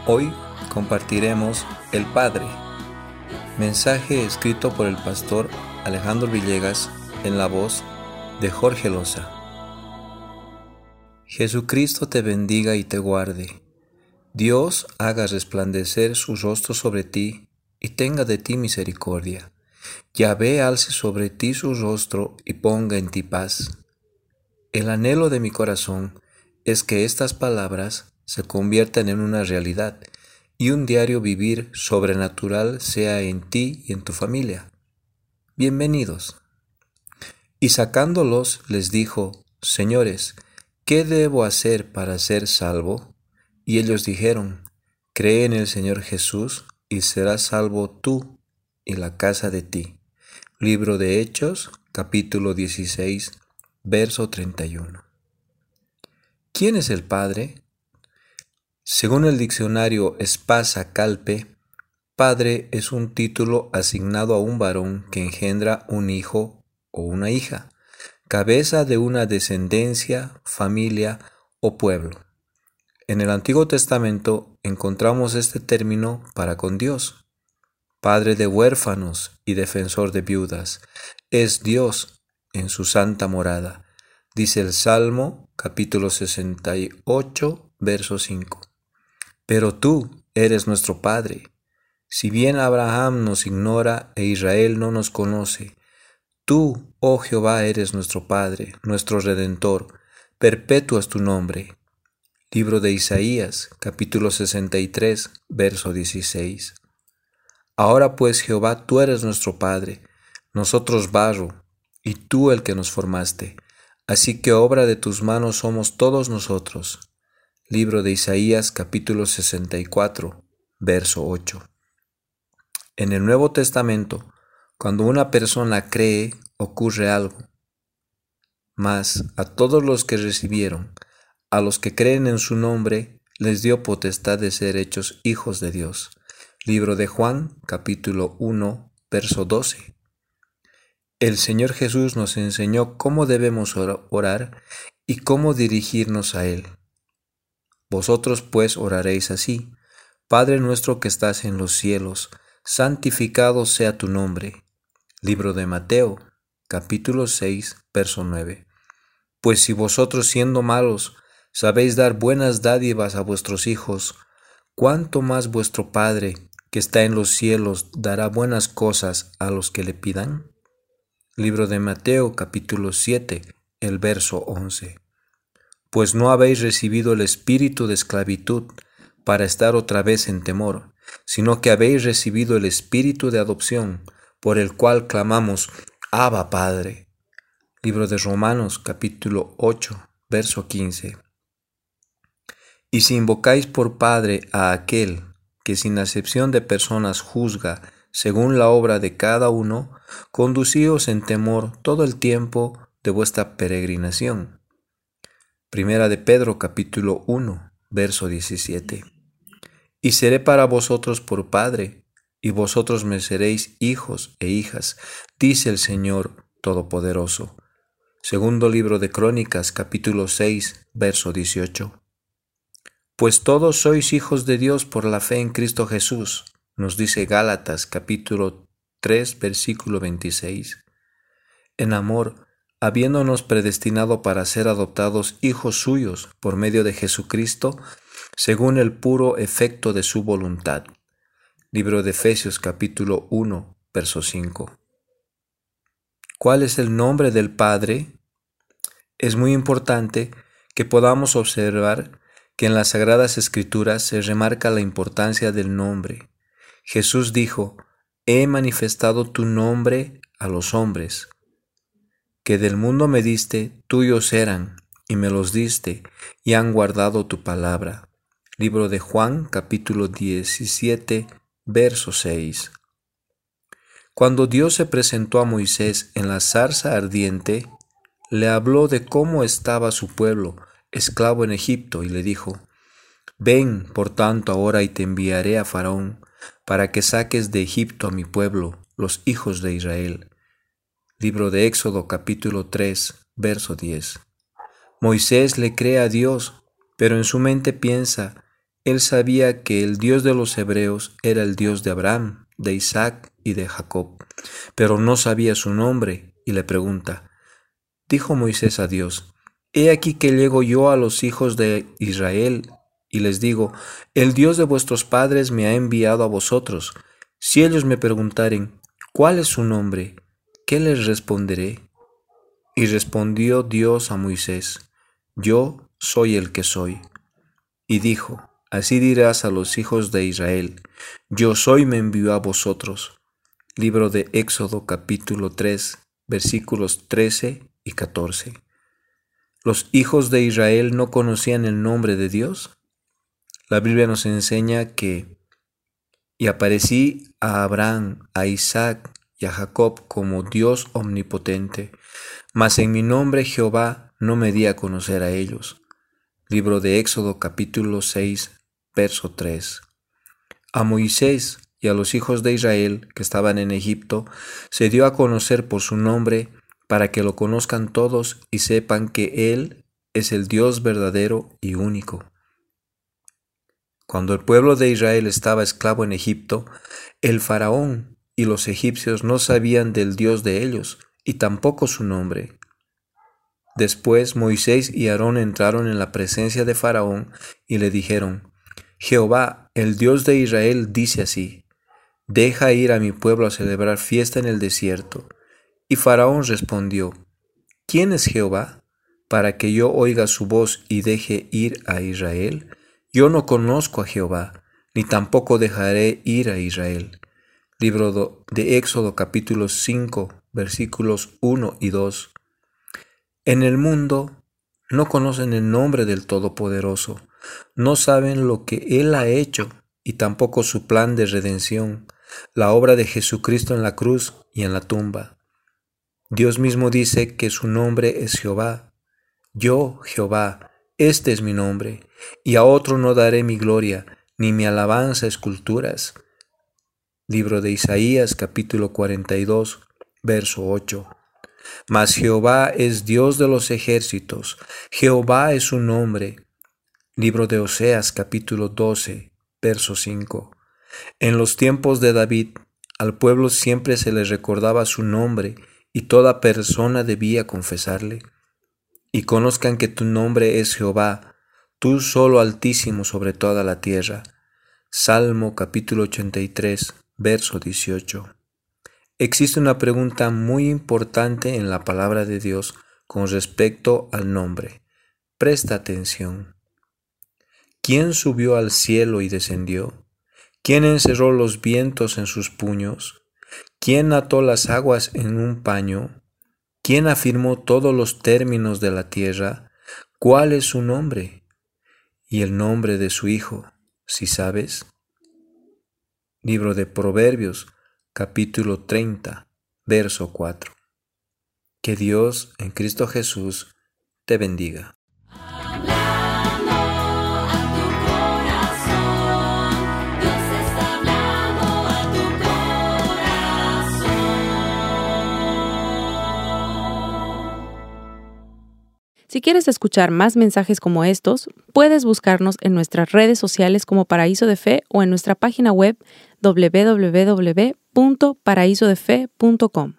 Hoy compartiremos El Padre, mensaje escrito por el pastor Alejandro Villegas en la voz de Jorge Loza. Jesucristo te bendiga y te guarde. Dios haga resplandecer su rostro sobre ti y tenga de ti misericordia. Yahvé alce sobre ti su rostro y ponga en ti paz. El anhelo de mi corazón es que estas palabras se conviertan en una realidad y un diario vivir sobrenatural sea en ti y en tu familia. Bienvenidos. Y sacándolos les dijo: Señores, ¿qué debo hacer para ser salvo? Y ellos dijeron: Cree en el Señor Jesús y serás salvo tú y la casa de ti. Libro de Hechos, capítulo 16, verso 31. ¿Quién es el Padre? Según el diccionario Espasa Calpe, padre es un título asignado a un varón que engendra un hijo o una hija, cabeza de una descendencia, familia o pueblo. En el Antiguo Testamento encontramos este término para con Dios. Padre de huérfanos y defensor de viudas, es Dios en su santa morada, dice el Salmo capítulo 68, verso 5. Pero tú eres nuestro Padre. Si bien Abraham nos ignora e Israel no nos conoce, tú, oh Jehová, eres nuestro Padre, nuestro Redentor, perpetuo es tu nombre. Libro de Isaías, capítulo 63, verso 16. Ahora pues, Jehová, tú eres nuestro Padre, nosotros barro, y tú el que nos formaste. Así que obra de tus manos somos todos nosotros. Libro de Isaías, capítulo 64, verso 8. En el Nuevo Testamento, cuando una persona cree, ocurre algo. Mas a todos los que recibieron, a los que creen en su nombre, les dio potestad de ser hechos hijos de Dios. Libro de Juan, capítulo 1, verso 12. El Señor Jesús nos enseñó cómo debemos orar y cómo dirigirnos a Él. Vosotros pues oraréis así: Padre nuestro que estás en los cielos, santificado sea tu nombre. Libro de Mateo, capítulo 6, verso 9. Pues si vosotros siendo malos sabéis dar buenas dádivas a vuestros hijos, ¿cuánto más vuestro Padre que está en los cielos dará buenas cosas a los que le pidan? Libro de Mateo, capítulo 7, el verso 11. Pues no habéis recibido el espíritu de esclavitud para estar otra vez en temor, sino que habéis recibido el espíritu de adopción, por el cual clamamos: Abba, Padre. Libro de Romanos, capítulo 8, verso 15. Y si invocáis por Padre a aquel que sin acepción de personas juzga según la obra de cada uno, conducíos en temor todo el tiempo de vuestra peregrinación. Primera de Pedro, capítulo 1, verso 17. Y seré para vosotros por Padre, y vosotros me seréis hijos e hijas, dice el Señor Todopoderoso. Segundo libro de Crónicas, capítulo 6, verso 18. Pues todos sois hijos de Dios por la fe en Cristo Jesús, nos dice Gálatas, capítulo 3, versículo 26. En amor, habiéndonos predestinado para ser adoptados hijos suyos por medio de Jesucristo, según el puro efecto de su voluntad. Libro de Efesios, capítulo 1, verso 5. ¿Cuál es el nombre del Padre? Es muy importante que podamos observar que en las Sagradas Escrituras se remarca la importancia del nombre. Jesús dijo: He manifestado tu nombre a los hombres. Que del mundo me diste, tuyos eran, y me los diste, y han guardado tu palabra. Libro de Juan, capítulo 17, verso 6. Cuando Dios se presentó a Moisés en la zarza ardiente, le habló de cómo estaba su pueblo, esclavo en Egipto, y le dijo: Ven, por tanto, ahora y te enviaré a Faraón, para que saques de Egipto a mi pueblo, los hijos de Israel. Libro de Éxodo, capítulo 3, verso 10. Moisés le cree a Dios, pero en su mente piensa: él sabía que el Dios de los hebreos era el Dios de Abraham, de Isaac y de Jacob, pero no sabía su nombre, y le pregunta. Dijo Moisés a Dios, He aquí que llego yo a los hijos de Israel, y les digo, el Dios de vuestros padres me ha enviado a vosotros. Si ellos me preguntaren, ¿cuál es su nombre? ¿Qué les responderé? Y respondió Dios a Moisés, Yo soy el que soy. Y dijo, Así dirás a los hijos de Israel, Yo soy me envió a vosotros. Libro de Éxodo capítulo 3, versículos 13 y 14. ¿Los hijos de Israel no conocían el nombre de Dios? La Biblia nos enseña que y aparecí a Abraham, a Isaac y a Jacob como Dios omnipotente, mas en mi nombre Jehová no me di a conocer a ellos. Libro de Éxodo capítulo 6, verso 3. A Moisés y a los hijos de Israel que estaban en Egipto se dio a conocer por su nombre para que lo conozcan todos y sepan que Él es el Dios verdadero y único. Cuando el pueblo de Israel estaba esclavo en Egipto, el faraón y los egipcios no sabían del Dios de ellos y tampoco su nombre. Después Moisés y Aarón entraron en la presencia de Faraón y le dijeron, Jehová, el Dios de Israel, dice así, Deja ir a mi pueblo a celebrar fiesta en el desierto. Y Faraón respondió, ¿Quién es Jehová, para que yo oiga su voz y deje ir a Israel? Yo no conozco a Jehová, ni tampoco dejaré ir a Israel. Libro de Éxodo capítulo 5, versículos 1 y 2. En el mundo no conocen el nombre del Todopoderoso, no saben lo que Él ha hecho y tampoco su plan de redención, la obra de Jesucristo en la cruz y en la tumba. Dios mismo dice que su nombre es Jehová. Yo, Jehová, este es mi nombre, y a otro no daré mi gloria, ni mi alabanza a esculturas. Libro de Isaías, capítulo 42, verso 8. Mas Jehová es Dios de los ejércitos, Jehová es su nombre. Libro de Oseas, capítulo 12, verso 5. En los tiempos de David, al pueblo siempre se le recordaba su nombre, y toda persona debía confesarle. Y conozcan que tu nombre es Jehová, tú solo Altísimo sobre toda la tierra. Salmo capítulo 83, verso 18. Existe una pregunta muy importante en la palabra de Dios con respecto al nombre. Presta atención. ¿Quién subió al cielo y descendió? ¿Quién encerró los vientos en sus puños? ¿Quién ató las aguas en un paño? ¿Quién afirmó todos los términos de la tierra? ¿Cuál es su nombre? Y el nombre de su Hijo, si sabes. Libro de Proverbios, capítulo 30, verso 4. Que Dios en Cristo Jesús te bendiga. Si quieres escuchar más mensajes como estos, puedes buscarnos en nuestras redes sociales como Paraíso de Fe o en nuestra página web www.paraisodefe.com.